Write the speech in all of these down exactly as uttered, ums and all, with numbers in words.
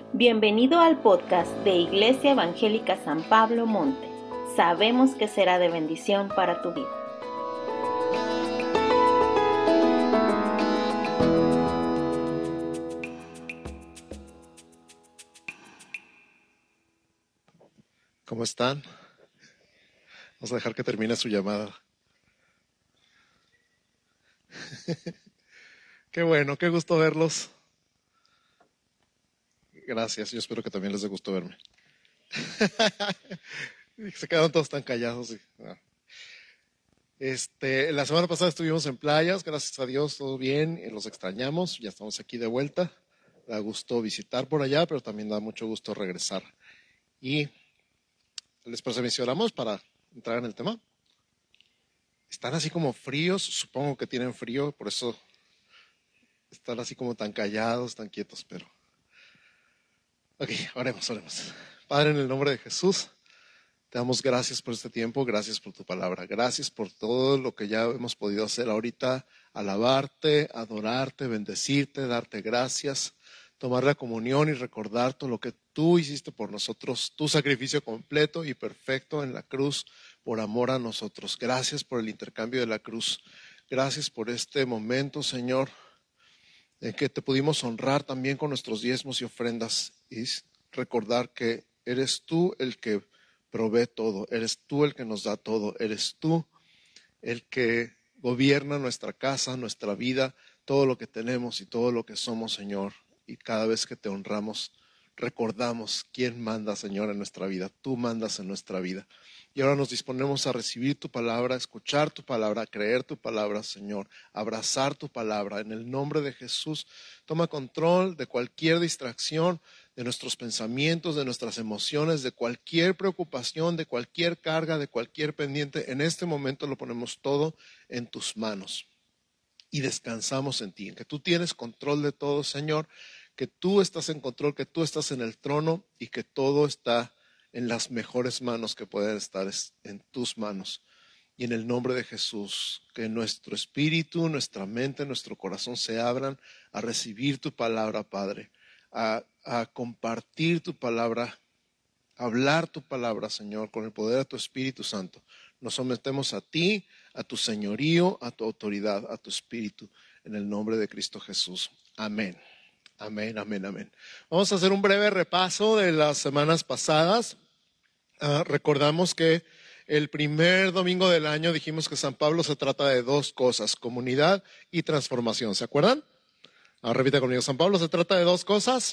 Bienvenido al podcast de Iglesia Evangélica San Pablo Monte. Sabemos que será de bendición para tu vida. ¿Cómo están? Vamos a dejar que termine su llamada. Qué bueno, qué gusto verlos. Gracias, yo espero que también les dé gusto verme. Se quedaron todos tan callados. Este, la semana pasada estuvimos en playas, gracias a Dios, todo bien, los extrañamos, ya estamos aquí de vuelta. Da gusto visitar por allá, pero también da mucho gusto regresar. Y les parece si oramos para entrar en el tema. Están así como fríos, supongo que tienen frío, por eso están así como tan callados, tan quietos, pero... Ok, oremos, oremos. Padre, en el nombre de Jesús, te damos gracias por este tiempo, gracias por tu palabra, gracias por todo lo que ya hemos podido hacer ahorita, alabarte, adorarte, bendecirte, darte gracias, tomar la comunión y recordar todo lo que tú hiciste por nosotros, tu sacrificio completo y perfecto en la cruz por amor a nosotros. Gracias por el intercambio de la cruz, gracias por este momento, Señor, en que te pudimos honrar también con nuestros diezmos y ofrendas y recordar que eres tú el que provee todo, eres tú el que nos da todo, eres tú el que gobierna nuestra casa, nuestra vida, todo lo que tenemos y todo lo que somos, Señor. Y cada vez que te honramos, recordamos quién manda, Señor, en nuestra vida. Tú mandas en nuestra vida. Y ahora nos disponemos a recibir tu palabra, a escuchar tu palabra, a creer tu palabra, Señor, a abrazar tu palabra. En el nombre de Jesús, toma control de cualquier distracción, de nuestros pensamientos, de nuestras emociones, de cualquier preocupación, de cualquier carga, de cualquier pendiente. En este momento lo ponemos todo en tus manos y descansamos en ti, en que tú tienes control de todo, Señor, que tú estás en control, que tú estás en el trono y que todo está en las mejores manos que pueden estar en tus manos. Y en el nombre de Jesús, que nuestro espíritu, nuestra mente, nuestro corazón se abran a recibir tu palabra, Padre, a, a compartir tu palabra, a hablar tu palabra, Señor, con el poder de tu Espíritu Santo. Nos sometemos a ti, a tu señorío, a tu autoridad, a tu espíritu, en el nombre de Cristo Jesús. Amén. Amén, amén, amén. Vamos a hacer un breve repaso de las semanas pasadas. Uh, recordamos que el primer domingo del año dijimos que San Pablo se trata de dos cosas, comunidad y transformación. ¿Se acuerdan? Ahora repita conmigo. San Pablo se trata de dos cosas,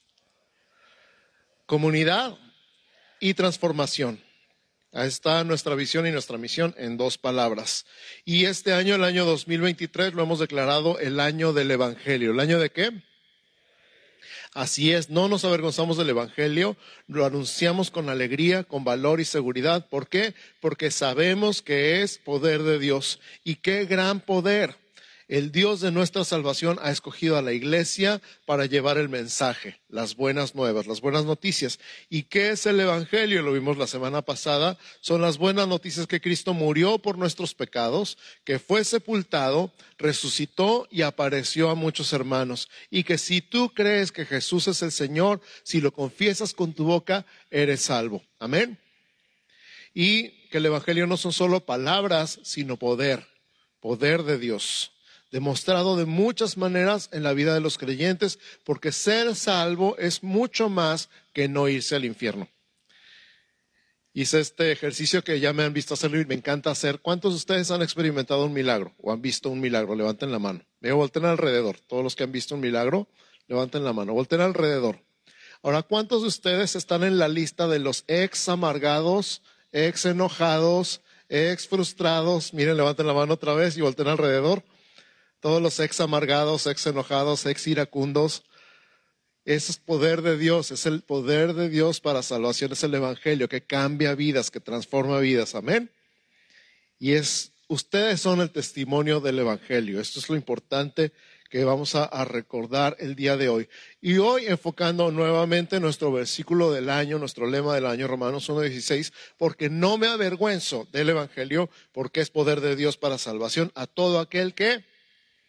comunidad y transformación. Ahí está nuestra visión y nuestra misión en dos palabras. Y este año, el año dos mil veintitrés, lo hemos declarado el año del Evangelio. ¿El año de qué? Así es, no nos avergonzamos del Evangelio, lo anunciamos con alegría, con valor y seguridad. ¿Por qué? Porque sabemos que es poder de Dios. Y qué gran poder. El Dios de nuestra salvación ha escogido a la iglesia para llevar el mensaje, las buenas nuevas, las buenas noticias. ¿Y qué es el Evangelio? Lo vimos la semana pasada. Son las buenas noticias que Cristo murió por nuestros pecados, que fue sepultado, resucitó y apareció a muchos hermanos. Y que si tú crees que Jesús es el Señor, si lo confiesas con tu boca, eres salvo. Amén. Y que el Evangelio no son solo palabras, sino poder, poder de Dios. Demostrado de muchas maneras en la vida de los creyentes, porque ser salvo es mucho más que no irse al infierno. Hice este ejercicio que ya me han visto hacerlo y me encanta hacer. ¿Cuántos de ustedes han experimentado un milagro o han visto un milagro? Levanten la mano. Me volteen alrededor. Todos los que han visto un milagro, levanten la mano. Volteen alrededor. Ahora, ¿cuántos de ustedes están en la lista de los ex amargados, ex enojados, ex frustrados? Miren, levanten la mano otra vez y volteen alrededor. Todos los ex amargados, ex enojados, ex iracundos. Ese es poder de Dios, es el poder de Dios para salvación, es el Evangelio que cambia vidas, que transforma vidas. Amén. Y es, ustedes son el testimonio del Evangelio. Esto es lo importante que vamos a, a recordar el día de hoy. Y hoy enfocando nuevamente nuestro versículo del año, nuestro lema del año, Romanos uno dieciséis, porque no me avergüenzo del Evangelio, porque es poder de Dios para salvación a todo aquel que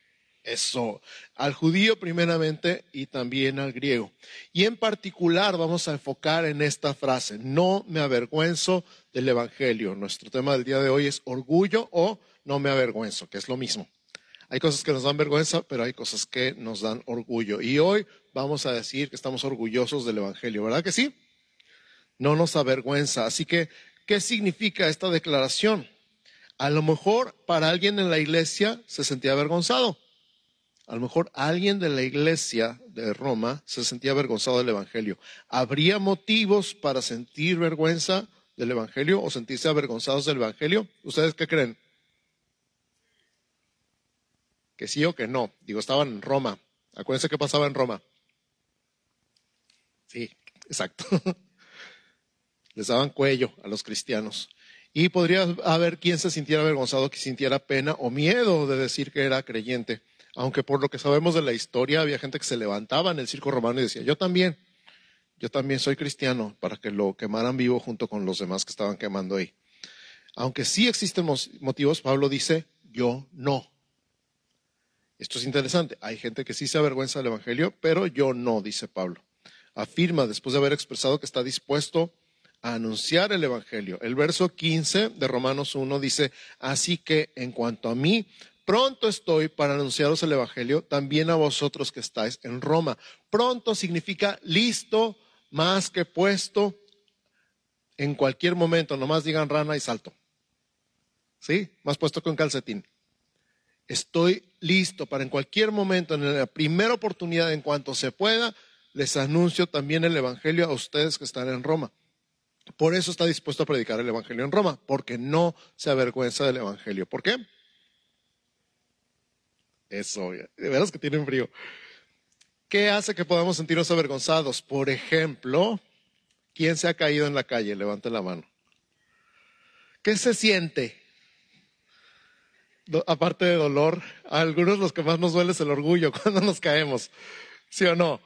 Eso, al judío primeramente y también al griego. Y en particular vamos a enfocar en esta frase: no me avergüenzo del evangelio. Nuestro tema del día de hoy es orgullo o no me avergüenzo, que es lo mismo. Hay cosas que nos dan vergüenza, pero hay cosas que nos dan orgullo. Y hoy vamos a decir que estamos orgullosos del evangelio, ¿verdad que sí? No nos avergüenza. Así que, ¿qué significa esta declaración? A lo mejor para alguien en la iglesia se sentía avergonzado. A lo mejor alguien de la iglesia de Roma se sentía avergonzado del evangelio. ¿Habría motivos para sentir vergüenza del evangelio o sentirse avergonzados del evangelio? ¿Ustedes qué creen? ¿Que sí o que no? Digo, estaban en Roma. Acuérdense qué pasaba en Roma. Sí, exacto. Les daban cuello a los cristianos. Y podría haber quien se sintiera avergonzado, que sintiera pena o miedo de decir que era creyente. Aunque por lo que sabemos de la historia, había gente que se levantaba en el circo romano y decía: yo también, yo también soy cristiano, para que lo quemaran vivo junto con los demás que estaban quemando ahí. Aunque sí existen motivos, Pablo dice: yo no. Esto es interesante. Hay gente que sí se avergüenza del evangelio, pero yo no, dice Pablo. Afirma, después de haber expresado que está dispuesto a anunciar el evangelio. El verso quince de Romanos uno dice: así que en cuanto a mí, pronto estoy para anunciaros el evangelio también a vosotros que estáis en Roma. Pronto significa listo, más que puesto, en cualquier momento. Nomás digan rana y salto. ¿Sí? Más puesto que un calcetín. Estoy listo para en cualquier momento, en la primera oportunidad, en cuanto se pueda, les anuncio también el evangelio a ustedes que están en Roma. Por eso está dispuesto a predicar el evangelio en Roma, porque no se avergüenza del evangelio. ¿Por qué? Eso, de veras que tienen frío. ¿Qué hace que podamos sentirnos avergonzados? Por ejemplo, ¿quién se ha caído en la calle? Levante la mano. ¿Qué se siente? Do- aparte de dolor, a algunos los que más nos duele es el orgullo cuando nos caemos. ¿Sí o no?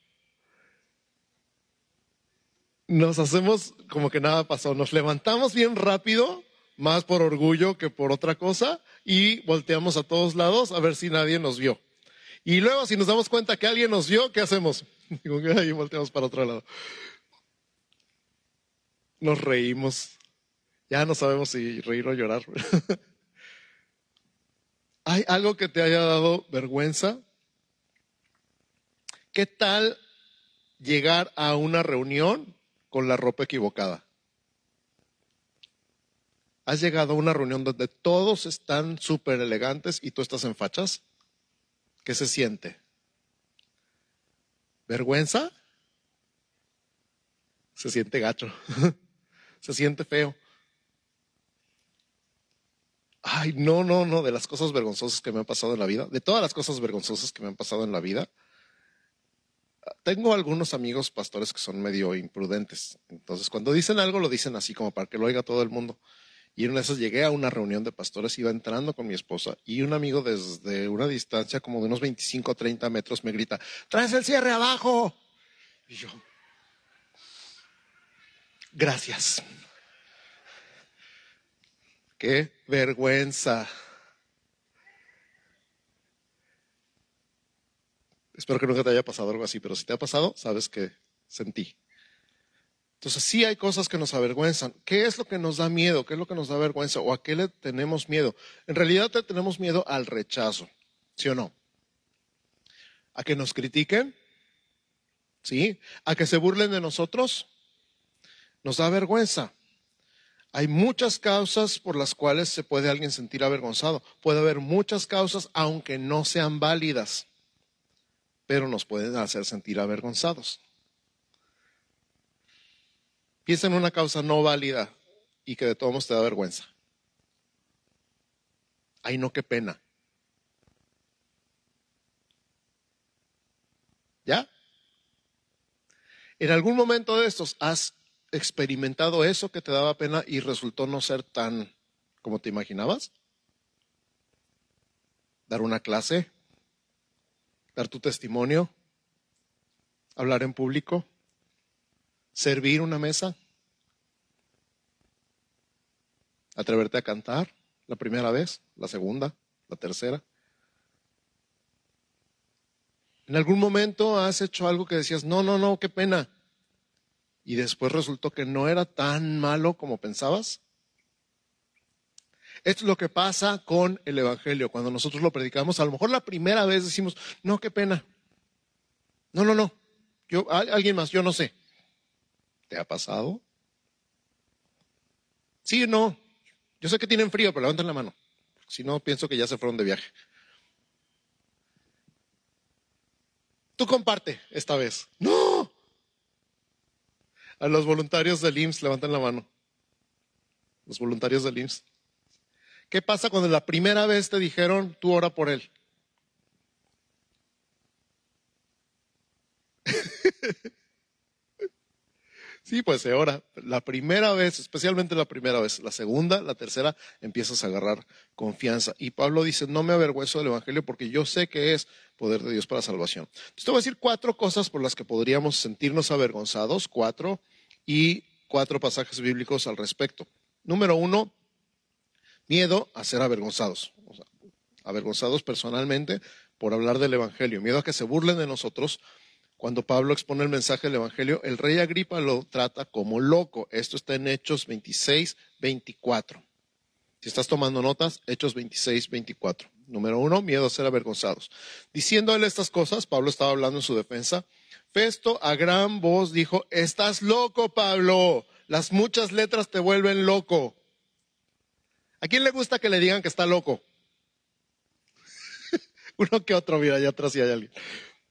Nos hacemos como que nada pasó. Nos levantamos bien rápido, más por orgullo que por otra cosa, y volteamos a todos lados a ver si nadie nos vio. Y luego, si nos damos cuenta que alguien nos vio, ¿qué hacemos? Y volteamos para otro lado. Nos reímos. Ya no sabemos si reír o llorar. ¿Hay algo que te haya dado vergüenza? ¿Qué tal llegar a una reunión con la ropa equivocada? ¿Has llegado a una reunión donde todos están súper elegantes y tú estás en fachas? ¿Qué se siente? ¿Vergüenza? Se siente gacho. Se siente feo. Ay, no, no, no, de las cosas vergonzosas que me han pasado en la vida, de todas las cosas vergonzosas que me han pasado en la vida, tengo algunos amigos pastores que son medio imprudentes. Entonces, cuando dicen algo, lo dicen así como para que lo oiga todo el mundo. Y en esas llegué a una reunión de pastores, iba entrando con mi esposa y un amigo desde una distancia como de unos veinticinco o treinta metros me grita: ¡traes el cierre abajo! Y yo, gracias. ¡Qué vergüenza! Espero que nunca te haya pasado algo así, pero si te ha pasado, sabes que sentí. Entonces sí hay cosas que nos avergüenzan. ¿Qué es lo que nos da miedo? ¿Qué es lo que nos da vergüenza? ¿O a qué le tenemos miedo? En realidad le tenemos miedo al rechazo, ¿sí o no? ¿A que nos critiquen? ¿Sí? ¿A que se burlen de nosotros? Nos da vergüenza. Hay muchas causas por las cuales se puede alguien sentir avergonzado. Puede haber muchas causas, aunque no sean válidas, pero nos pueden hacer sentir avergonzados. Piensa en una causa no válida y que de todos modos te da vergüenza. Ay, no, qué pena. ¿Ya? ¿En algún momento de estos has experimentado eso que te daba pena y resultó no ser tan como te imaginabas? ¿Dar una clase? ¿Dar tu testimonio? ¿Hablar en público? ¿Servir una mesa? ¿Atreverte a cantar la primera vez? ¿La segunda? ¿La tercera? ¿En algún momento has hecho algo que decías, no, no, no, qué pena? Y después resultó que no era tan malo como pensabas. Esto es lo que pasa con el Evangelio. Cuando nosotros lo predicamos, a lo mejor la primera vez decimos, no, qué pena. No, no, no. Yo, alguien más, yo no sé. ¿Te ha pasado? Sí o no. Yo sé que tienen frío, pero levanten la mano. Si no, pienso que ya se fueron de viaje. Tú comparte esta vez. ¡No! A los voluntarios del I M S S, levanten la mano. Los voluntarios del I M S S. ¿Qué pasa cuando la primera vez te dijeron, tú ora por él? Sí, pues se ora. La primera vez, especialmente la primera vez. La segunda, la tercera, empiezas a agarrar confianza. Y Pablo dice, no me avergüenzo del Evangelio porque yo sé que es poder de Dios para salvación. Entonces te voy a decir cuatro cosas por las que podríamos sentirnos avergonzados. Cuatro y cuatro pasajes bíblicos al respecto. Número uno, miedo a ser avergonzados. O sea, avergonzados personalmente por hablar del Evangelio. Miedo a que se burlen de nosotros. Cuando Pablo expone el mensaje del Evangelio, el rey Agripa lo trata como loco. Esto está en Hechos veintiséis, veinticuatro. Si estás tomando notas, Hechos veintiséis, veinticuatro. Número uno, miedo a ser avergonzados. Diciendo él estas cosas, Pablo estaba hablando en su defensa. Festo a gran voz dijo, estás loco, Pablo. Las muchas letras te vuelven loco. ¿A quién le gusta que le digan que está loco? Uno que otro, mira, allá atrás sí hay alguien.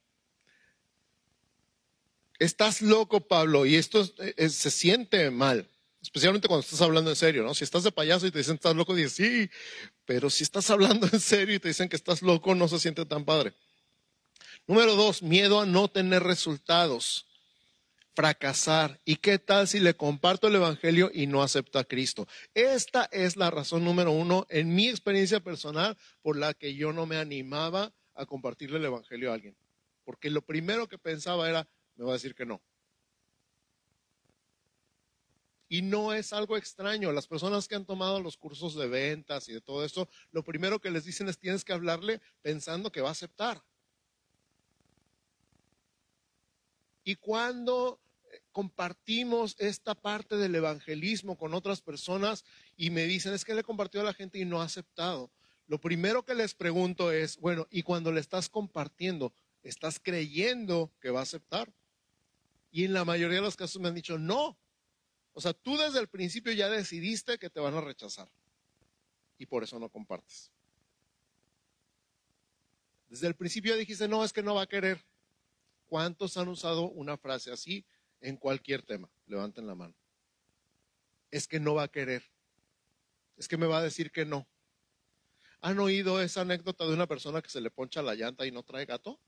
Estás loco, Pablo, y esto es, es, se siente mal, especialmente cuando estás hablando en serio, ¿no? Si estás de payaso y te dicen estás loco, dices sí, pero si estás hablando en serio y te dicen que estás loco, no se siente tan padre. Número dos, miedo a no tener resultados, fracasar. ¿Y qué tal si le comparto el Evangelio y no acepta a Cristo? Esta es la razón número uno en mi experiencia personal por la que yo no me animaba a compartirle el Evangelio a alguien. Porque lo primero que pensaba era, me va a decir que no. Y no es algo extraño. Las personas que han tomado los cursos de ventas y de todo eso, lo primero que les dicen es tienes que hablarle pensando que va a aceptar. Y cuando compartimos esta parte del evangelismo con otras personas y me dicen es que le compartió a la gente y no ha aceptado, lo primero que les pregunto es, bueno, y cuando le estás compartiendo, ¿estás creyendo que va a aceptar? Y en la mayoría de los casos me han dicho no. O sea, tú desde el principio ya decidiste que te van a rechazar y por eso no compartes. Desde el principio ya dijiste, no, es que no va a querer. ¿Cuántos han usado una frase así en cualquier tema? Levanten la mano. Es que no va a querer. Es que me va a decir que no. ¿Han oído esa anécdota de una persona que se le poncha la llanta y no trae gato?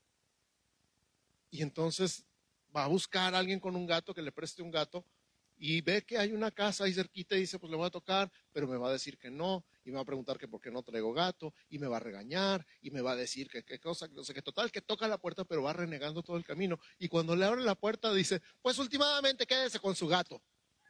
Y entonces va a buscar a alguien con un gato que le preste un gato y ve que hay una casa ahí cerquita y dice, pues le voy a tocar, pero me va a decir que no, y me va a preguntar que por qué no traigo gato, y me va a regañar, y me va a decir que qué cosa, no sé, que total, que toca la puerta, pero va renegando todo el camino. Y cuando le abre la puerta dice, pues últimamente quédese con su gato.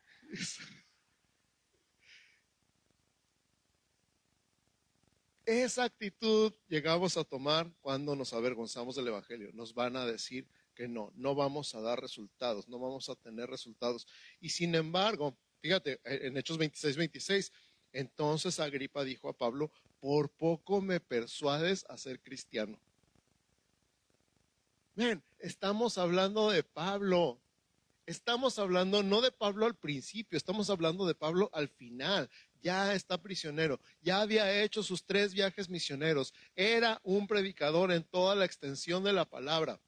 Esa actitud llegamos a tomar cuando nos avergonzamos del Evangelio. Nos van a decir que no, no vamos a dar resultados, no vamos a tener resultados. Y sin embargo, fíjate, en Hechos veintiséis, veintiséis, entonces Agripa dijo a Pablo, por poco me persuades a ser cristiano. Ven, estamos hablando de Pablo. Estamos hablando no de Pablo al principio, estamos hablando de Pablo al final. Ya está prisionero, ya había hecho sus tres viajes misioneros, era un predicador en toda la extensión de la palabra.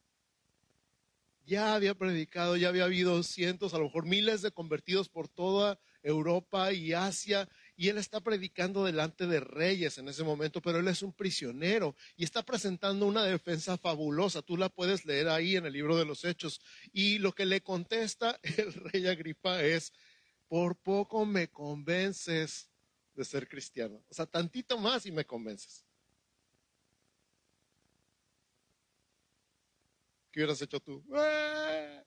Ya había predicado, ya había habido cientos, a lo mejor miles de convertidos por toda Europa y Asia, y él está predicando delante de reyes en ese momento, pero él es un prisionero y está presentando una defensa fabulosa. Tú la puedes leer ahí en el libro de los Hechos. Y lo que le contesta el rey Agripa es, por poco me convences de ser cristiano. O sea, tantito más y me convences. ¿Qué hubieras hecho tú? ¡Eh!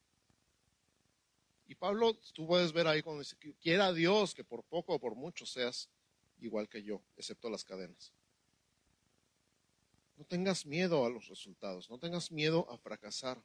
Y Pablo, tú puedes ver ahí cuando dice, quiera Dios que por poco o por mucho seas igual que yo, excepto las cadenas. No tengas miedo a los resultados, no tengas miedo a fracasar.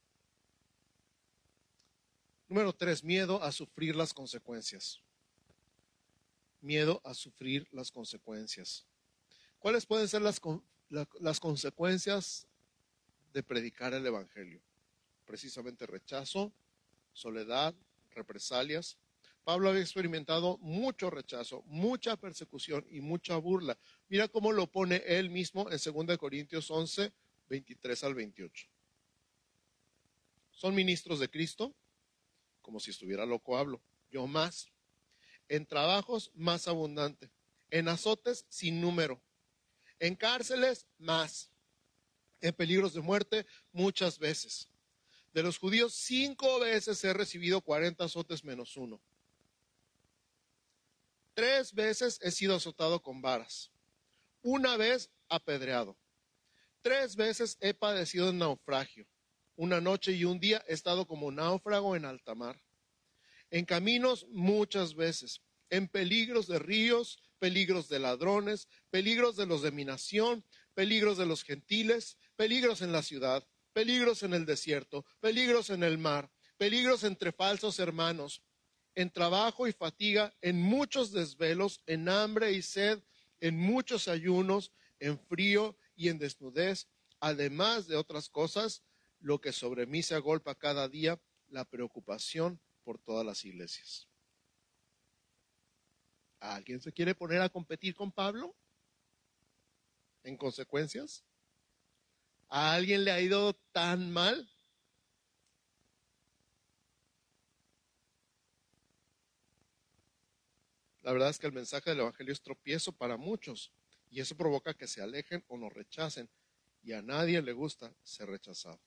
Número tres, miedo a sufrir las consecuencias. Miedo a sufrir las consecuencias. ¿Cuáles pueden ser las, la, las consecuencias de predicar el Evangelio? Precisamente rechazo, soledad, represalias. Pablo había experimentado mucho rechazo, mucha persecución y mucha burla. Mira cómo lo pone él mismo en segunda Corintios once, veintitrés al veintiocho. Son ministros de Cristo, como si estuviera loco hablo, yo más. En trabajos más abundante, en azotes sin número, en cárceles más, en peligros de muerte muchas veces. De los judíos cinco veces he recibido cuarenta azotes menos uno. Tres veces he sido azotado con varas, una vez apedreado. Tres veces he padecido en naufragio. Una noche y un día he estado como náufrago en alta mar. En caminos muchas veces, en peligros de ríos, peligros de ladrones, peligros de los de mi nación, peligros de los gentiles, peligros en la ciudad, peligros en el desierto, peligros en el mar, peligros entre falsos hermanos, en trabajo y fatiga, en muchos desvelos, en hambre y sed, en muchos ayunos, en frío y en desnudez, además de otras cosas, lo que sobre mí se agolpa cada día, la preocupación por todas las iglesias. ¿Alguien se quiere poner a competir con Pablo? ¿En consecuencias? ¿A alguien le ha ido tan mal? La verdad es que el mensaje del Evangelio es tropiezo para muchos y eso provoca que se alejen o nos rechacen y a nadie le gusta ser rechazado.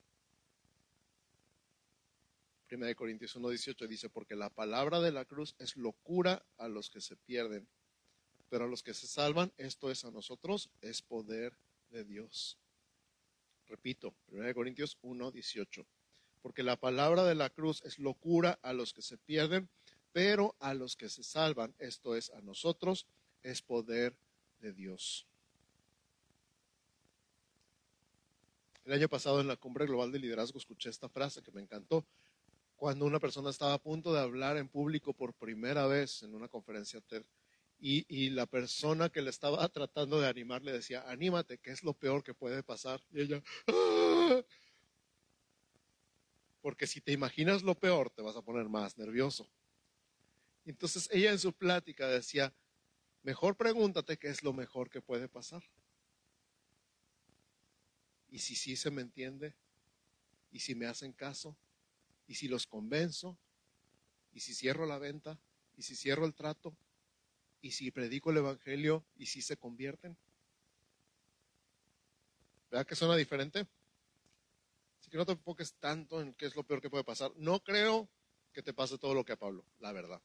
Primera de Corintios uno dieciocho dice, porque la palabra de la cruz es locura a los que se pierden, pero a los que se salvan, esto es a nosotros, es poder de Dios. Repito, Primera de Corintios uno dieciocho, porque la palabra de la cruz es locura a los que se pierden, pero a los que se salvan, esto es a nosotros, es poder de Dios. El año pasado en la Cumbre Global de Liderazgo escuché esta frase que me encantó. Cuando una persona estaba a punto de hablar en público por primera vez en una conferencia TED y, y la persona que le estaba tratando de animar le decía, anímate, que es lo peor que puede pasar. Y ella, ¡ah! Porque si te imaginas lo peor, te vas a poner más nervioso. Entonces ella en su plática decía, mejor pregúntate qué es lo mejor que puede pasar. Y si sí se me entiende, y si me hacen caso, y si los convenzo, y si cierro la venta, y si cierro el trato, y si predico el evangelio, y si se convierten. ¿Verdad que suena diferente? Así que no te enfoques tanto en qué es lo peor que puede pasar. No creo que te pase todo lo que a Pablo, la verdad.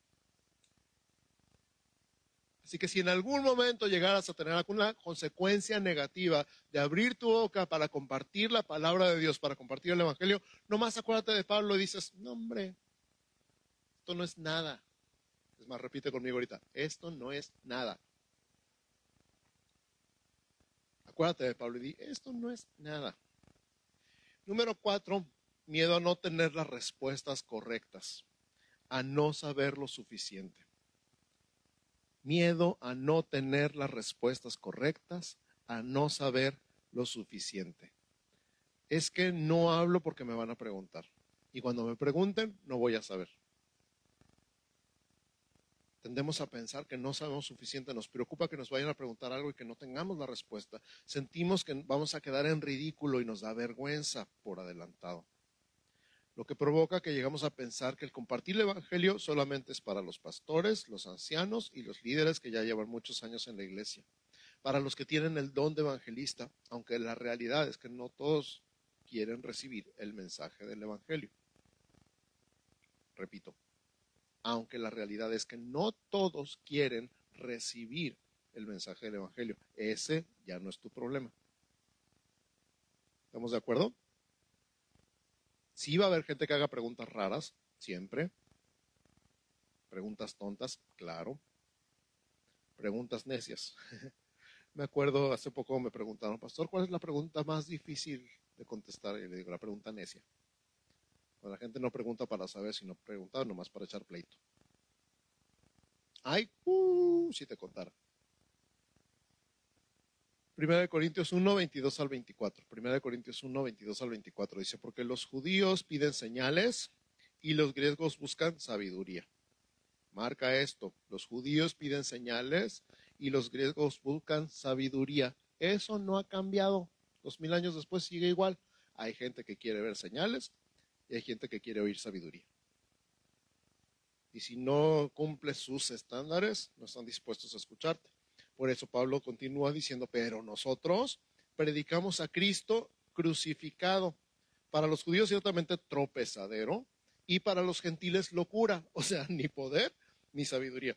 Así que si en algún momento llegaras a tener alguna consecuencia negativa de abrir tu boca para compartir la palabra de Dios, para compartir el evangelio, nomás acuérdate de Pablo y dices, no hombre, esto no es nada. Es más, repite conmigo ahorita, esto no es nada. Acuérdate de Pablo y di, esto no es nada. Número cuatro, miedo a no tener las respuestas correctas, a no saber lo suficiente. Miedo a no tener las respuestas correctas, a no saber lo suficiente. Es que no hablo porque me van a preguntar. Y cuando me pregunten, no voy a saber. Tendemos a pensar que no sabemos suficiente, nos preocupa que nos vayan a preguntar algo y que no tengamos la respuesta. Sentimos que vamos a quedar en ridículo y nos da vergüenza por adelantado. Lo que provoca que llegamos a pensar que el compartir el evangelio solamente es para los pastores, los ancianos y los líderes que ya llevan muchos años en la iglesia. Para los que tienen el don de evangelista, aunque la realidad es que no todos quieren recibir el mensaje del evangelio. Repito, aunque la realidad es que no todos quieren recibir el mensaje del evangelio. Ese ya no es tu problema. ¿Estamos de acuerdo? Sí va a haber gente que haga preguntas raras, siempre. Preguntas tontas, claro. Preguntas necias. Me acuerdo, hace poco me preguntaron, pastor, ¿cuál es la pregunta más difícil de contestar? Y le digo, la pregunta necia. Cuando la gente no pregunta para saber, sino pregunta nomás para echar pleito. Ay, uh, si te contara. Primera de Corintios uno, veintidós al veinticuatro. Primera de Corintios uno, veintidós al veinticuatro dice, porque los judíos piden señales y los griegos buscan sabiduría. Marca esto, los judíos piden señales y los griegos buscan sabiduría. Eso no ha cambiado. Dos mil años después sigue igual. Hay gente que quiere ver señales y hay gente que quiere oír sabiduría. Y si no cumples sus estándares, no están dispuestos a escucharte. Por eso Pablo continúa diciendo, pero nosotros predicamos a Cristo crucificado. Para los judíos ciertamente tropezadero y para los gentiles locura. O sea, ni poder ni sabiduría.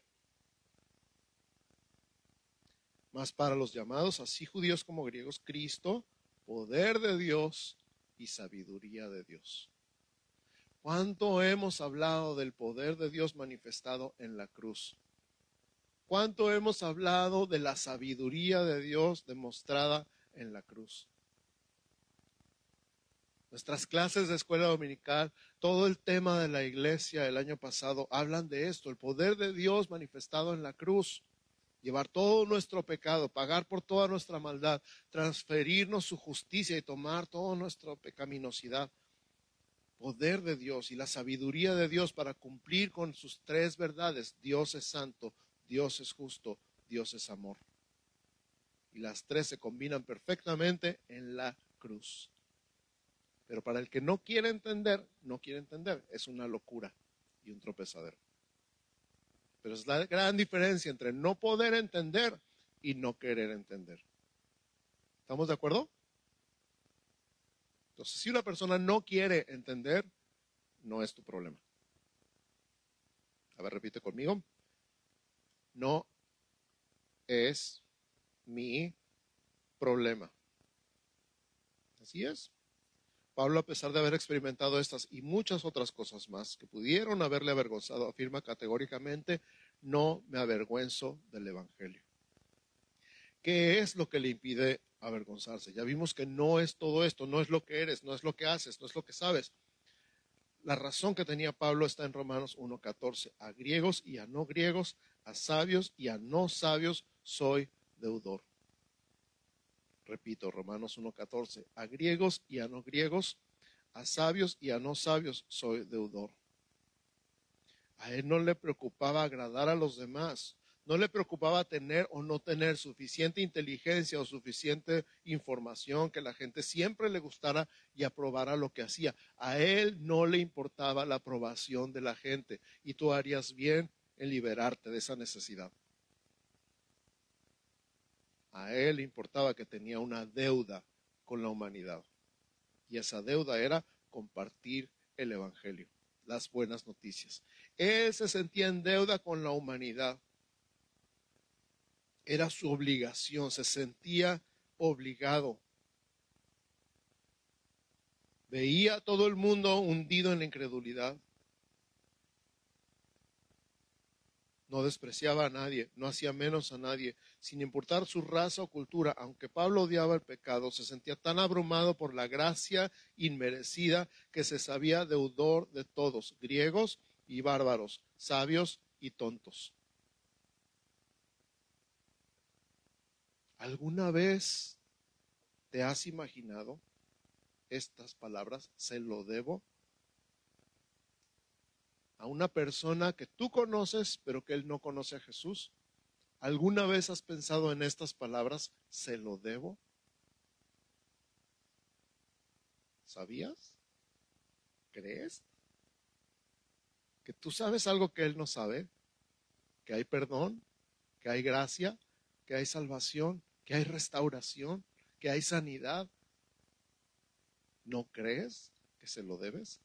Mas para los llamados, así judíos como griegos, Cristo, poder de Dios y sabiduría de Dios. ¿Cuánto hemos hablado del poder de Dios manifestado en la cruz? ¿Cuánto hemos hablado de la sabiduría de Dios demostrada en la cruz? Nuestras clases de escuela dominical, todo el tema de la iglesia el año pasado hablan de esto, el poder de Dios manifestado en la cruz. Llevar todo nuestro pecado, pagar por toda nuestra maldad, transferirnos su justicia y tomar toda nuestra pecaminosidad. Poder de Dios y la sabiduría de Dios para cumplir con sus tres verdades. Dios es santo, Dios es justo, Dios es amor. Y las tres se combinan perfectamente en la cruz. Pero para el que no quiere entender, no quiere entender. Es una locura y un tropezadero. Pero es la gran diferencia entre no poder entender y no querer entender. ¿Estamos de acuerdo? Entonces, si una persona no quiere entender, no es tu problema. A ver, repite conmigo. No es mi problema. Así es. Pablo, a pesar de haber experimentado estas y muchas otras cosas más que pudieron haberle avergonzado, afirma categóricamente, no me avergüenzo del Evangelio. ¿Qué es lo que le impide avergonzarse? Ya vimos que no es todo esto, no es lo que eres, no es lo que haces, no es lo que sabes. La razón que tenía Pablo está en Romanos uno catorce. A griegos y a no griegos, a sabios y a no sabios soy deudor. Repito, Romanos uno catorce. A griegos y a no griegos, a sabios y a no sabios soy deudor. A él no le preocupaba agradar a los demás. No le preocupaba tener o no tener suficiente inteligencia o suficiente información que la gente siempre le gustara y aprobara lo que hacía. A él no le importaba la aprobación de la gente y tú harías bien en liberarte de esa necesidad. A él le importaba que tenía una deuda con la humanidad y esa deuda era compartir el Evangelio, las buenas noticias. Él se sentía en deuda con la humanidad. Era su obligación, se sentía obligado. Veía a todo el mundo hundido en la incredulidad. No despreciaba a nadie, no hacía menos a nadie, sin importar su raza o cultura. Aunque Pablo odiaba el pecado, se sentía tan abrumado por la gracia inmerecida que se sabía deudor de todos, griegos y bárbaros, sabios y tontos. ¿Alguna vez te has imaginado estas palabras? ¿Se lo debo a una persona que tú conoces, pero que él no conoce a Jesús? ¿Alguna vez has pensado en estas palabras? ¿Se lo debo? ¿Sabías? ¿Crees? ¿Que tú sabes algo que él no sabe? ¿Que hay perdón? ¿Que hay gracia? ¿Que hay salvación? ¿Que hay restauración? ¿Que hay sanidad? ¿No crees que se lo debes?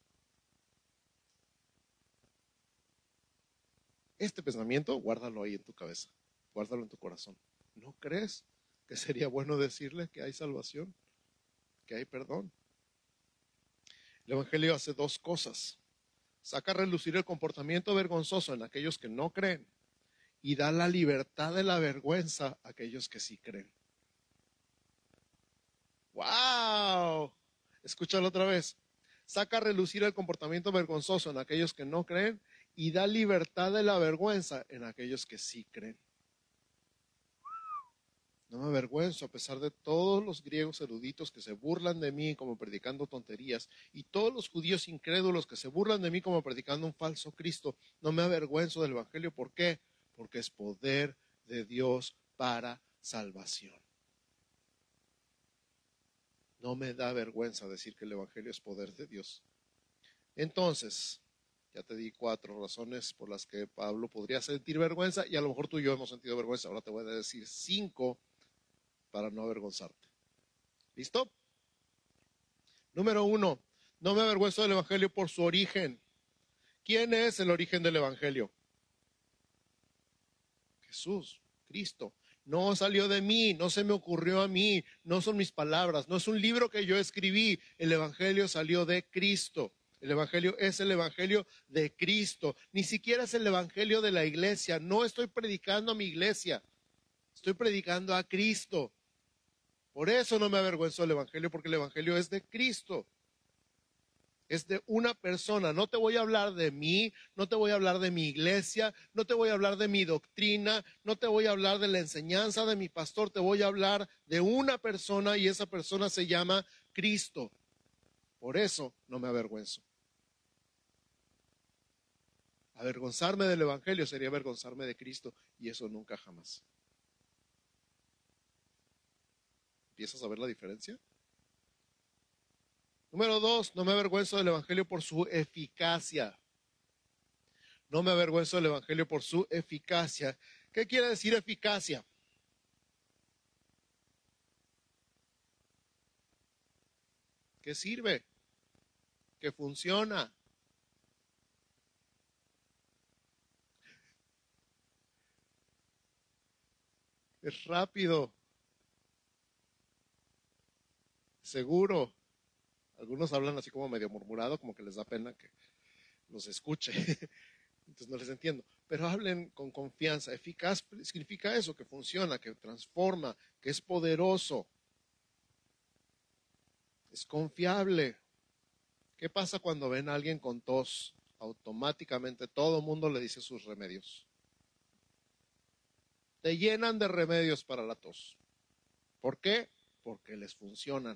Este pensamiento, guárdalo ahí en tu cabeza, guárdalo en tu corazón. ¿No crees que sería bueno decirle que hay salvación, que hay perdón? El Evangelio hace dos cosas. Saca a relucir el comportamiento vergonzoso en aquellos que no creen y da la libertad de la vergüenza a aquellos que sí creen. ¡Wow! Escúchalo otra vez. Saca a relucir el comportamiento vergonzoso en aquellos que no creen y da libertad de la vergüenza en aquellos que sí creen. No me avergüenzo a pesar de todos los griegos eruditos que se burlan de mí como predicando tonterías y todos los judíos incrédulos que se burlan de mí como predicando un falso Cristo. No me avergüenzo del Evangelio. ¿Por qué? Porque es poder de Dios para salvación. No me da vergüenza decir que el Evangelio es poder de Dios. Entonces, ya te di cuatro razones por las que Pablo podría sentir vergüenza y a lo mejor tú y yo hemos sentido vergüenza. Ahora te voy a decir cinco para no avergonzarte. ¿Listo? Número uno, no me avergüenzo del Evangelio por su origen. ¿Quién es el origen del Evangelio? Jesús, Cristo. No salió de mí, no se me ocurrió a mí, no son mis palabras, no es un libro que yo escribí. El Evangelio salió de Cristo. El Evangelio es el Evangelio de Cristo. Ni siquiera es el Evangelio de la iglesia. No estoy predicando a mi iglesia. Estoy predicando a Cristo. Por eso no me avergüenzo del Evangelio, porque el Evangelio es de Cristo. Es de una persona. No te voy a hablar de mí, no te voy a hablar de mi iglesia, no te voy a hablar de mi doctrina, no te voy a hablar de la enseñanza de mi pastor, te voy a hablar de una persona y esa persona se llama Cristo. Por eso no me avergüenzo. Avergonzarme del Evangelio sería avergonzarme de Cristo y eso nunca jamás. ¿Empiezas a ver la diferencia? Número dos, no me avergüenzo del Evangelio por su eficacia. No me avergüenzo del Evangelio por su eficacia. ¿Qué quiere decir eficacia? ¿Qué sirve? ¿Qué funciona? Es rápido. Seguro. Algunos hablan así como medio murmurado, como que les da pena que los escuche. Entonces no les entiendo. Pero hablen con confianza. Eficaz significa eso, que funciona, que transforma, que es poderoso. Es confiable. ¿Qué pasa cuando ven a alguien con tos? Automáticamente todo el mundo le dice sus remedios. Te llenan de remedios para la tos. ¿Por qué? Porque les funcionan.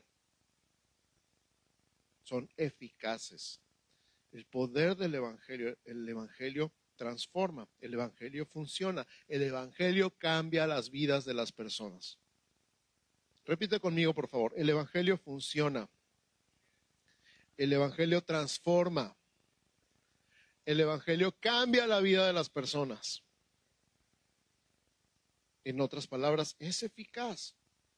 Son eficaces. El poder del Evangelio, el Evangelio transforma, el Evangelio funciona, el Evangelio cambia las vidas de las personas. Repite conmigo, por favor, el Evangelio funciona, el Evangelio transforma, el Evangelio cambia la vida de las personas. En otras palabras, es eficaz.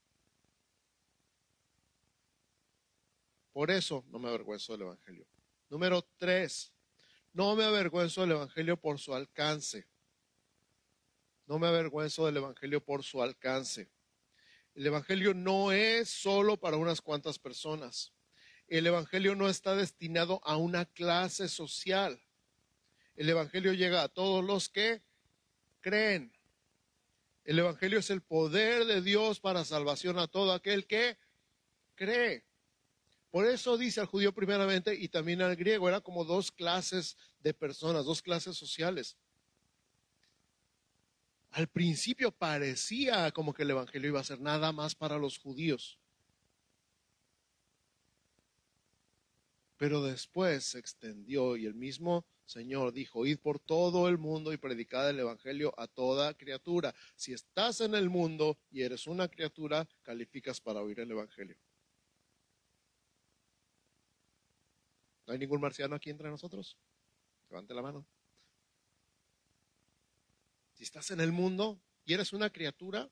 Por eso no me avergüenzo del Evangelio. Número tres, no me avergüenzo del Evangelio por su alcance. No me avergüenzo del Evangelio por su alcance. El Evangelio no es solo para unas cuantas personas. El Evangelio no está destinado a una clase social. El Evangelio llega a todos los que creen. El Evangelio es el poder de Dios para salvación a todo aquel que cree. Por eso dice al judío primeramente y también al griego, eran como dos clases de personas, dos clases sociales. Al principio parecía como que el Evangelio iba a ser nada más para los judíos. Pero después se extendió y el mismo Señor dijo, id por todo el mundo y predicad el Evangelio a toda criatura. Si estás en el mundo y eres una criatura, calificas para oír el Evangelio. ¿No hay ningún marciano aquí entre nosotros? Levante la mano. Si estás en el mundo y eres una criatura,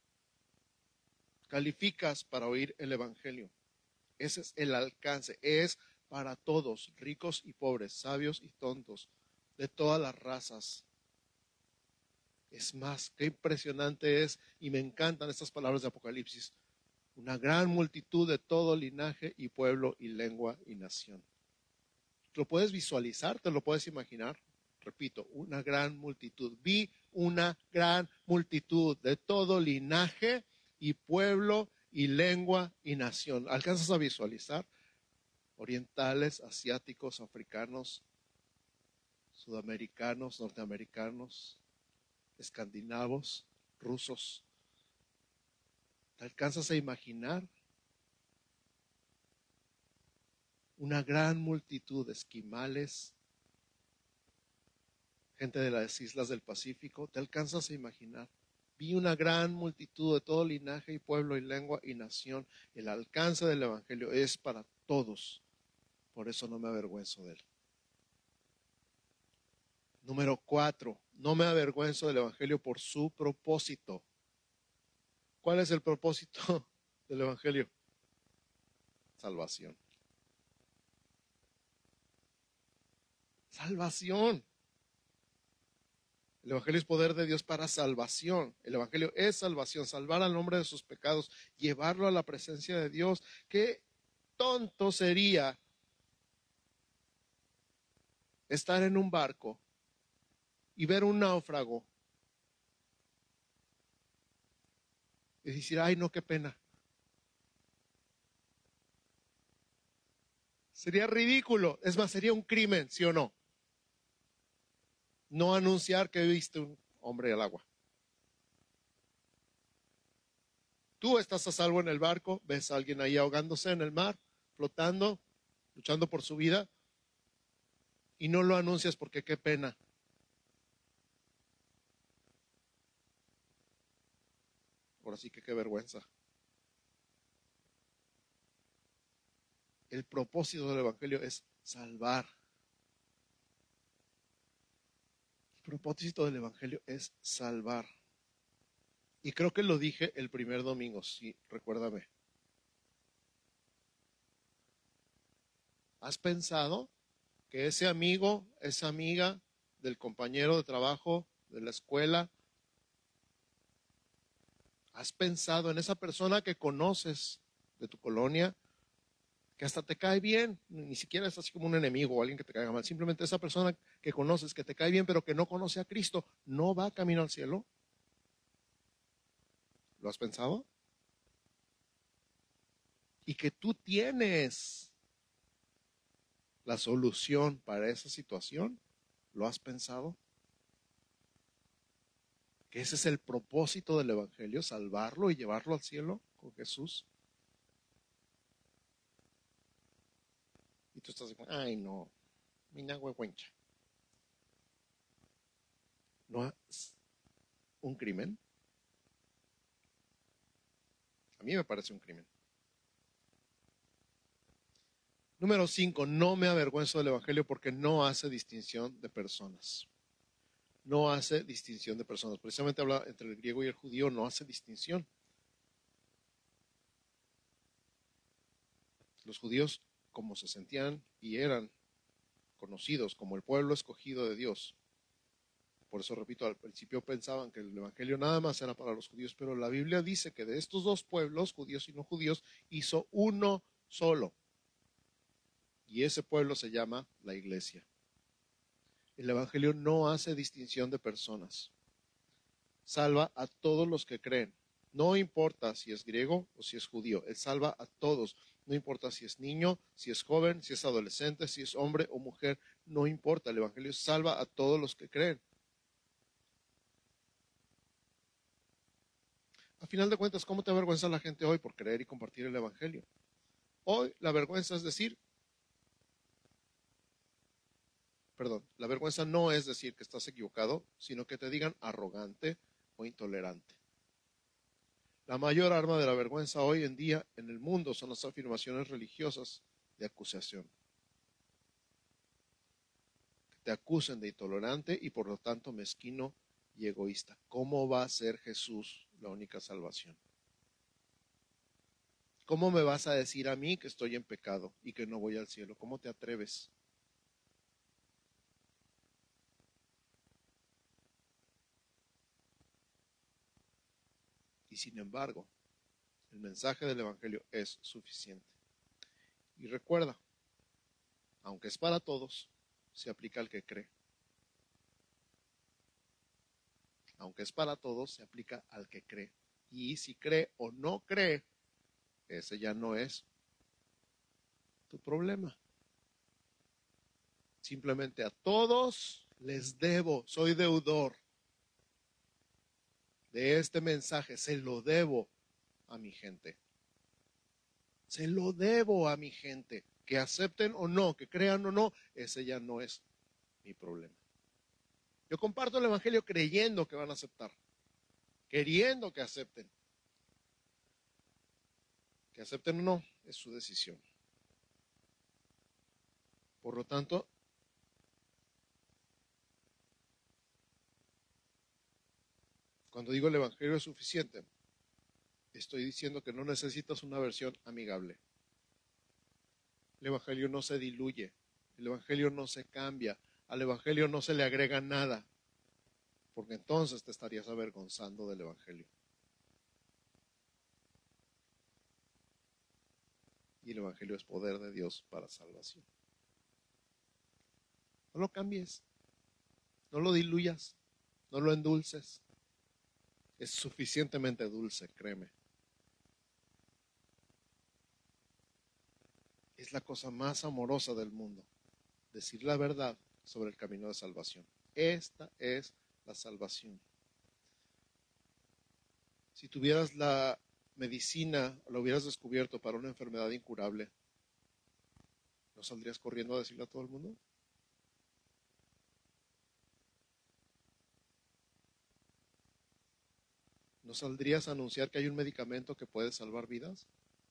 calificas para oír el Evangelio. Ese es el alcance. Es para todos, ricos y pobres, sabios y tontos, de todas las razas. Es más, qué impresionante es, y me encantan estas palabras de Apocalipsis, una gran multitud de todo linaje y pueblo y lengua y nación. ¿Lo puedes visualizar? ¿Te lo puedes imaginar? Repito, una gran multitud. Vi una gran multitud de todo linaje y pueblo y lengua y nación. ¿Alcanzas a visualizar? Orientales, asiáticos, africanos, sudamericanos, norteamericanos, escandinavos, rusos. ¿Te alcanzas a imaginar? Una gran multitud de esquimales, gente de las islas del Pacífico. ¿Te alcanzas a imaginar? Vi una gran multitud de todo linaje y pueblo y lengua y nación. El alcance del Evangelio es para todos. Por eso no me avergüenzo de él. Número cuatro, no me avergüenzo del Evangelio por su propósito. ¿Cuál es el propósito del Evangelio? Salvación. Salvación. El Evangelio es poder de Dios para salvación. El Evangelio es salvación, salvar al hombre de sus pecados, llevarlo a la presencia de Dios. Qué tonto sería estar en un barco y ver un náufrago y decir, ay no, qué pena. Sería ridículo, es más, sería un crimen, ¿sí o no? No anunciar que viste un hombre al agua. Tú estás a salvo en el barco, ves a alguien ahí ahogándose en el mar, flotando, luchando por su vida, y no lo anuncias porque qué pena. Ahora sí que qué vergüenza. El propósito del Evangelio es salvar. El propósito del Evangelio es salvar. Y creo que lo dije el primer domingo, sí, recuérdame. ¿Has pensado que ese amigo, esa amiga del compañero de trabajo, de la escuela, has pensado en esa persona que conoces de tu colonia, que hasta te cae bien, ni siquiera es así como un enemigo o alguien que te caiga mal, simplemente esa persona que conoces, que te cae bien, pero que no conoce a Cristo, no va camino al cielo? ¿Lo has pensado? Y que tú tienes la solución para esa situación, ¿lo has pensado? Que ese es el propósito del Evangelio, salvarlo y llevarlo al cielo con Jesús. Y tú estás diciendo, ay no, mina huehuencha. ¿No es un crimen? A mí me parece un crimen. Número cinco, no me avergüenzo del Evangelio porque no hace distinción de personas. No hace distinción de personas. Precisamente habla entre el griego y el judío, no hace distinción. Los judíos, como se sentían y eran conocidos como el pueblo escogido de Dios, por eso repito, al principio pensaban que el Evangelio nada más era para los judíos, pero la Biblia dice que de estos dos pueblos, judíos y no judíos, hizo uno solo. Y ese pueblo se llama la iglesia. El Evangelio no hace distinción de personas. Salva a todos los que creen. No importa si es griego o si es judío. Él salva a todos. No importa si es niño, si es joven, si es adolescente, si es hombre o mujer. No importa. El Evangelio salva a todos los que creen. A final de cuentas, ¿cómo te avergüenza la gente hoy por creer y compartir el Evangelio? Hoy la vergüenza es decir, perdón, la vergüenza no es decir que estás equivocado, sino que te digan arrogante o intolerante. La mayor arma de la vergüenza hoy en día en el mundo son las afirmaciones religiosas de acusación. Que te acusen de intolerante y por lo tanto mezquino y egoísta. ¿Cómo va a ser Jesús la única salvación? ¿Cómo me vas a decir a mí que estoy en pecado y que no voy al cielo? ¿Cómo te atreves? Y sin embargo, el mensaje del Evangelio es suficiente. Y recuerda, aunque es para todos, se aplica al que cree. Aunque es para todos, se aplica al que cree. Y si cree o no cree, ese ya no es tu problema. Simplemente a todos les debo, soy deudor de este mensaje, se lo debo a mi gente. Se lo debo a mi gente. Que acepten o no, que crean o no, ese ya no es mi problema. Yo comparto el evangelio creyendo que van a aceptar, queriendo que acepten. Que acepten o no, es su decisión. Por lo tanto, cuando digo el evangelio es suficiente, estoy diciendo que no necesitas una versión amigable. El evangelio no se diluye, el evangelio no se cambia, al evangelio no se le agrega nada, porque entonces te estarías avergonzando del evangelio. Y el evangelio es poder de Dios para salvación. No lo cambies, no lo diluyas, no lo endulces. Es suficientemente dulce, créeme. Es la cosa más amorosa del mundo, decir la verdad sobre el camino de salvación. Esta es la salvación. Si tuvieras la medicina, lo hubieras descubierto para una enfermedad incurable, ¿no saldrías corriendo a decirle a todo el mundo? ¿No saldrías a anunciar que hay un medicamento que puede salvar vidas?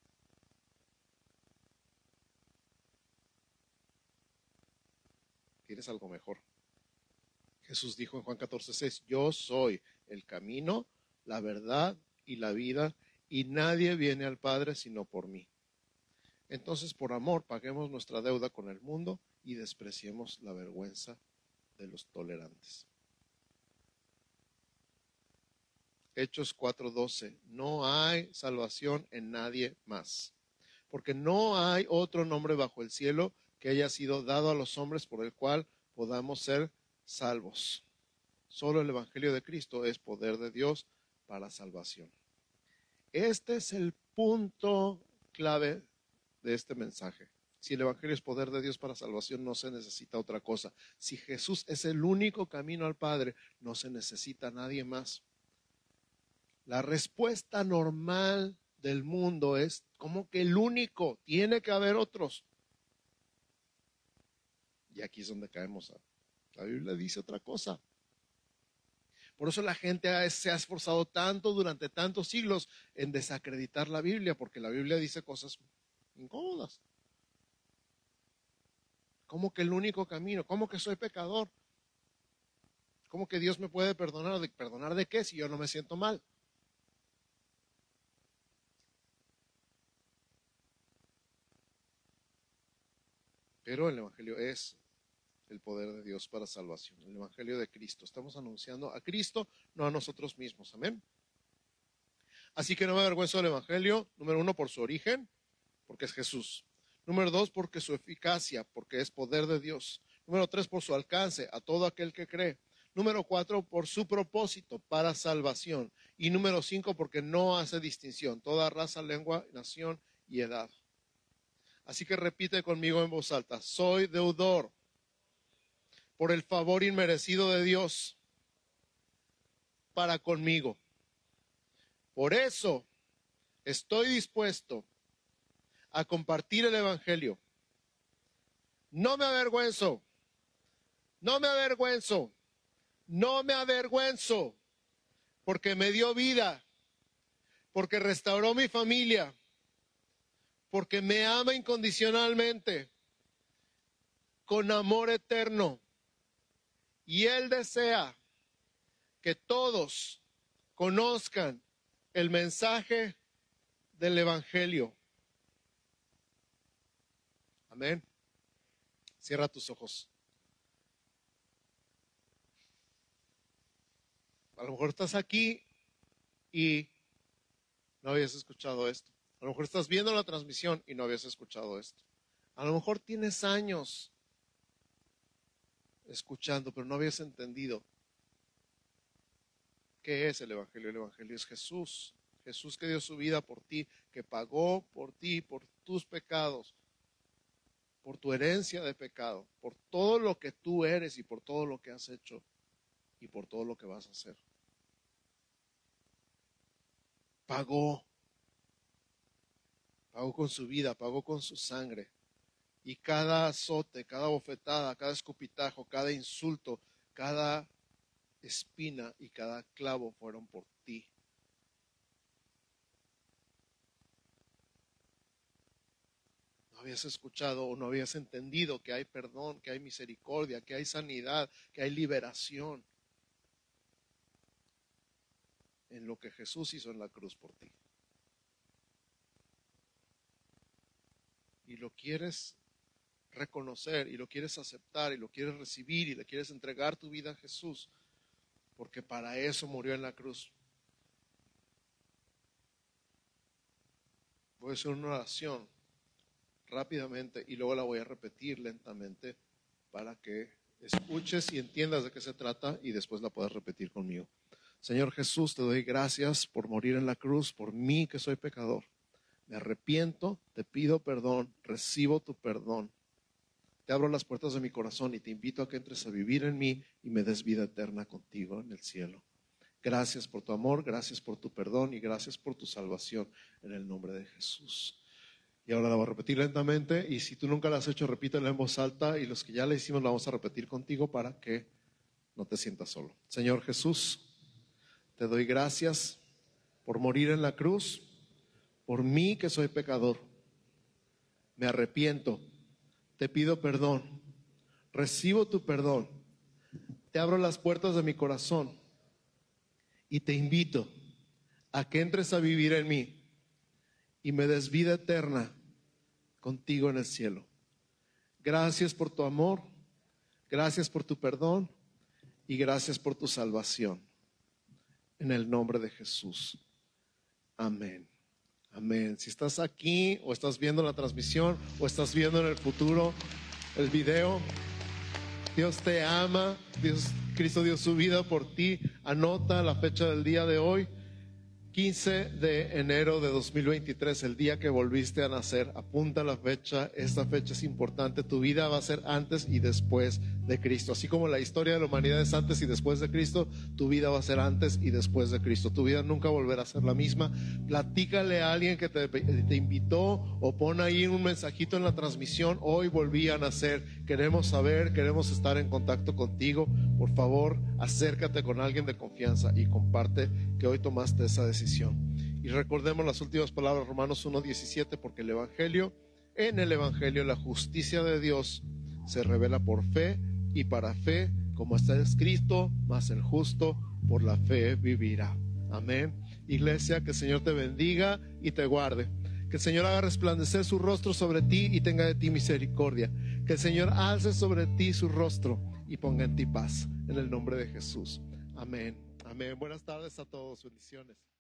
Tienes algo mejor. Jesús dijo en Juan catorce seis, yo soy el camino, la verdad y la vida, y nadie viene al Padre sino por mí. Entonces, por amor, paguemos nuestra deuda con el mundo y despreciemos la vergüenza de los tolerantes. Hechos cuatro doce, no hay salvación en nadie más, porque no hay otro nombre bajo el cielo que haya sido dado a los hombres por el cual podamos ser salvos. Solo el Evangelio de Cristo es poder de Dios para salvación. Este es el punto clave de este mensaje. Si el Evangelio es poder de Dios para salvación, no se necesita otra cosa. Si Jesús es el único camino al Padre, no se necesita nadie más. La respuesta normal del mundo es como que el único, tiene que haber otros. Y aquí es donde caemos. A, la Biblia dice otra cosa. Por eso la gente se ha esforzado tanto durante tantos siglos en desacreditar la Biblia, porque la Biblia dice cosas incómodas. ¿Cómo que el único camino? ¿Cómo que soy pecador? ¿Cómo que Dios me puede perdonar? ¿De perdonar de qué si yo no me siento mal? Pero el Evangelio es el poder de Dios para salvación, el Evangelio de Cristo. Estamos anunciando a Cristo, no a nosotros mismos. Amén. Así que no me avergüenzo del Evangelio, número uno, por su origen, porque es Jesús. Número dos, porque su eficacia, porque es poder de Dios. Número tres, por su alcance a todo aquel que cree. Número cuatro, por su propósito para salvación. Y número cinco, porque no hace distinción, toda raza, lengua, nación y edad. Así que repite conmigo en voz alta, soy deudor por el favor inmerecido de Dios para conmigo. Por eso estoy dispuesto a compartir el Evangelio. No me avergüenzo, no me avergüenzo, no me avergüenzo, porque me dio vida, porque restauró mi familia, porque me ama incondicionalmente, con amor eterno. Y Él desea que todos conozcan el mensaje del Evangelio. Amén. Cierra tus ojos. A lo mejor estás aquí y no habías escuchado esto. A lo mejor estás viendo la transmisión y no habías escuchado esto. A lo mejor tienes años escuchando, pero no habías entendido qué es el Evangelio. El Evangelio es Jesús. Jesús que dio su vida por ti, que pagó por ti, por tus pecados, por tu herencia de pecado, por todo lo que tú eres y por todo lo que has hecho y por todo lo que vas a hacer. Pagó, pagó con su vida, pagó con su sangre. Y cada azote, cada bofetada, cada escupitajo, cada insulto, cada espina y cada clavo fueron por ti. No habías escuchado o no habías entendido que hay perdón, que hay misericordia, que hay sanidad, que hay liberación en lo que Jesús hizo en la cruz por ti. Y lo quieres reconocer y lo quieres aceptar y lo quieres recibir y le quieres entregar tu vida a Jesús, porque para eso murió en la cruz. Voy a hacer una oración rápidamente y luego la voy a repetir lentamente para que escuches y entiendas de qué se trata y después la puedas repetir conmigo. Señor Jesús, te doy gracias por morir en la cruz, por mí que soy pecador. Me arrepiento, te pido perdón, recibo tu perdón. Te abro las puertas de mi corazón y te invito a que entres a vivir en mí y me des vida eterna contigo en el cielo. Gracias por tu amor, gracias por tu perdón y gracias por tu salvación en el nombre de Jesús. Y ahora la voy a repetir lentamente y si tú nunca la has hecho, repítela en voz alta y los que ya la hicimos la vamos a repetir contigo para que no te sientas solo. Señor Jesús, te doy gracias por morir en la cruz, por mí que soy pecador. Me arrepiento, te pido perdón, recibo tu perdón, te abro las puertas de mi corazón y te invito a que entres a vivir en mí y me des vida eterna contigo en el cielo. Gracias por tu amor, gracias por tu perdón y gracias por tu salvación. En el nombre de Jesús. Amén. Amén. Si estás aquí o estás viendo la transmisión o estás viendo en el futuro el video, Dios te ama, Dios, Cristo dio su vida por ti. Anota la fecha del día de hoy, quince de enero de dos mil veintitrés, el día que volviste a nacer. Apunta la fecha, esta fecha es importante. Tu vida va a ser antes y después de Cristo. Así como la historia de la humanidad es antes y después de Cristo, tu vida va a ser antes y después de Cristo. Tu vida nunca volverá a ser la misma. Platícale a alguien que te, te invitó o pon ahí un mensajito en la transmisión. Hoy volví a nacer. Queremos saber, queremos estar en contacto contigo. Por favor, acércate con alguien de confianza y comparte que hoy tomaste esa decisión. Y recordemos las últimas palabras, Romanos uno diecisiete, porque el Evangelio, en el Evangelio la justicia de Dios se revela por fe y para fe, como está escrito, mas el justo por la fe vivirá. Amén. Iglesia, que el Señor te bendiga y te guarde. Que el Señor haga resplandecer su rostro sobre ti y tenga de ti misericordia. Que el Señor alce sobre ti su rostro y ponga en ti paz. En el nombre de Jesús. Amén. Amén. Buenas tardes a todos. Bendiciones.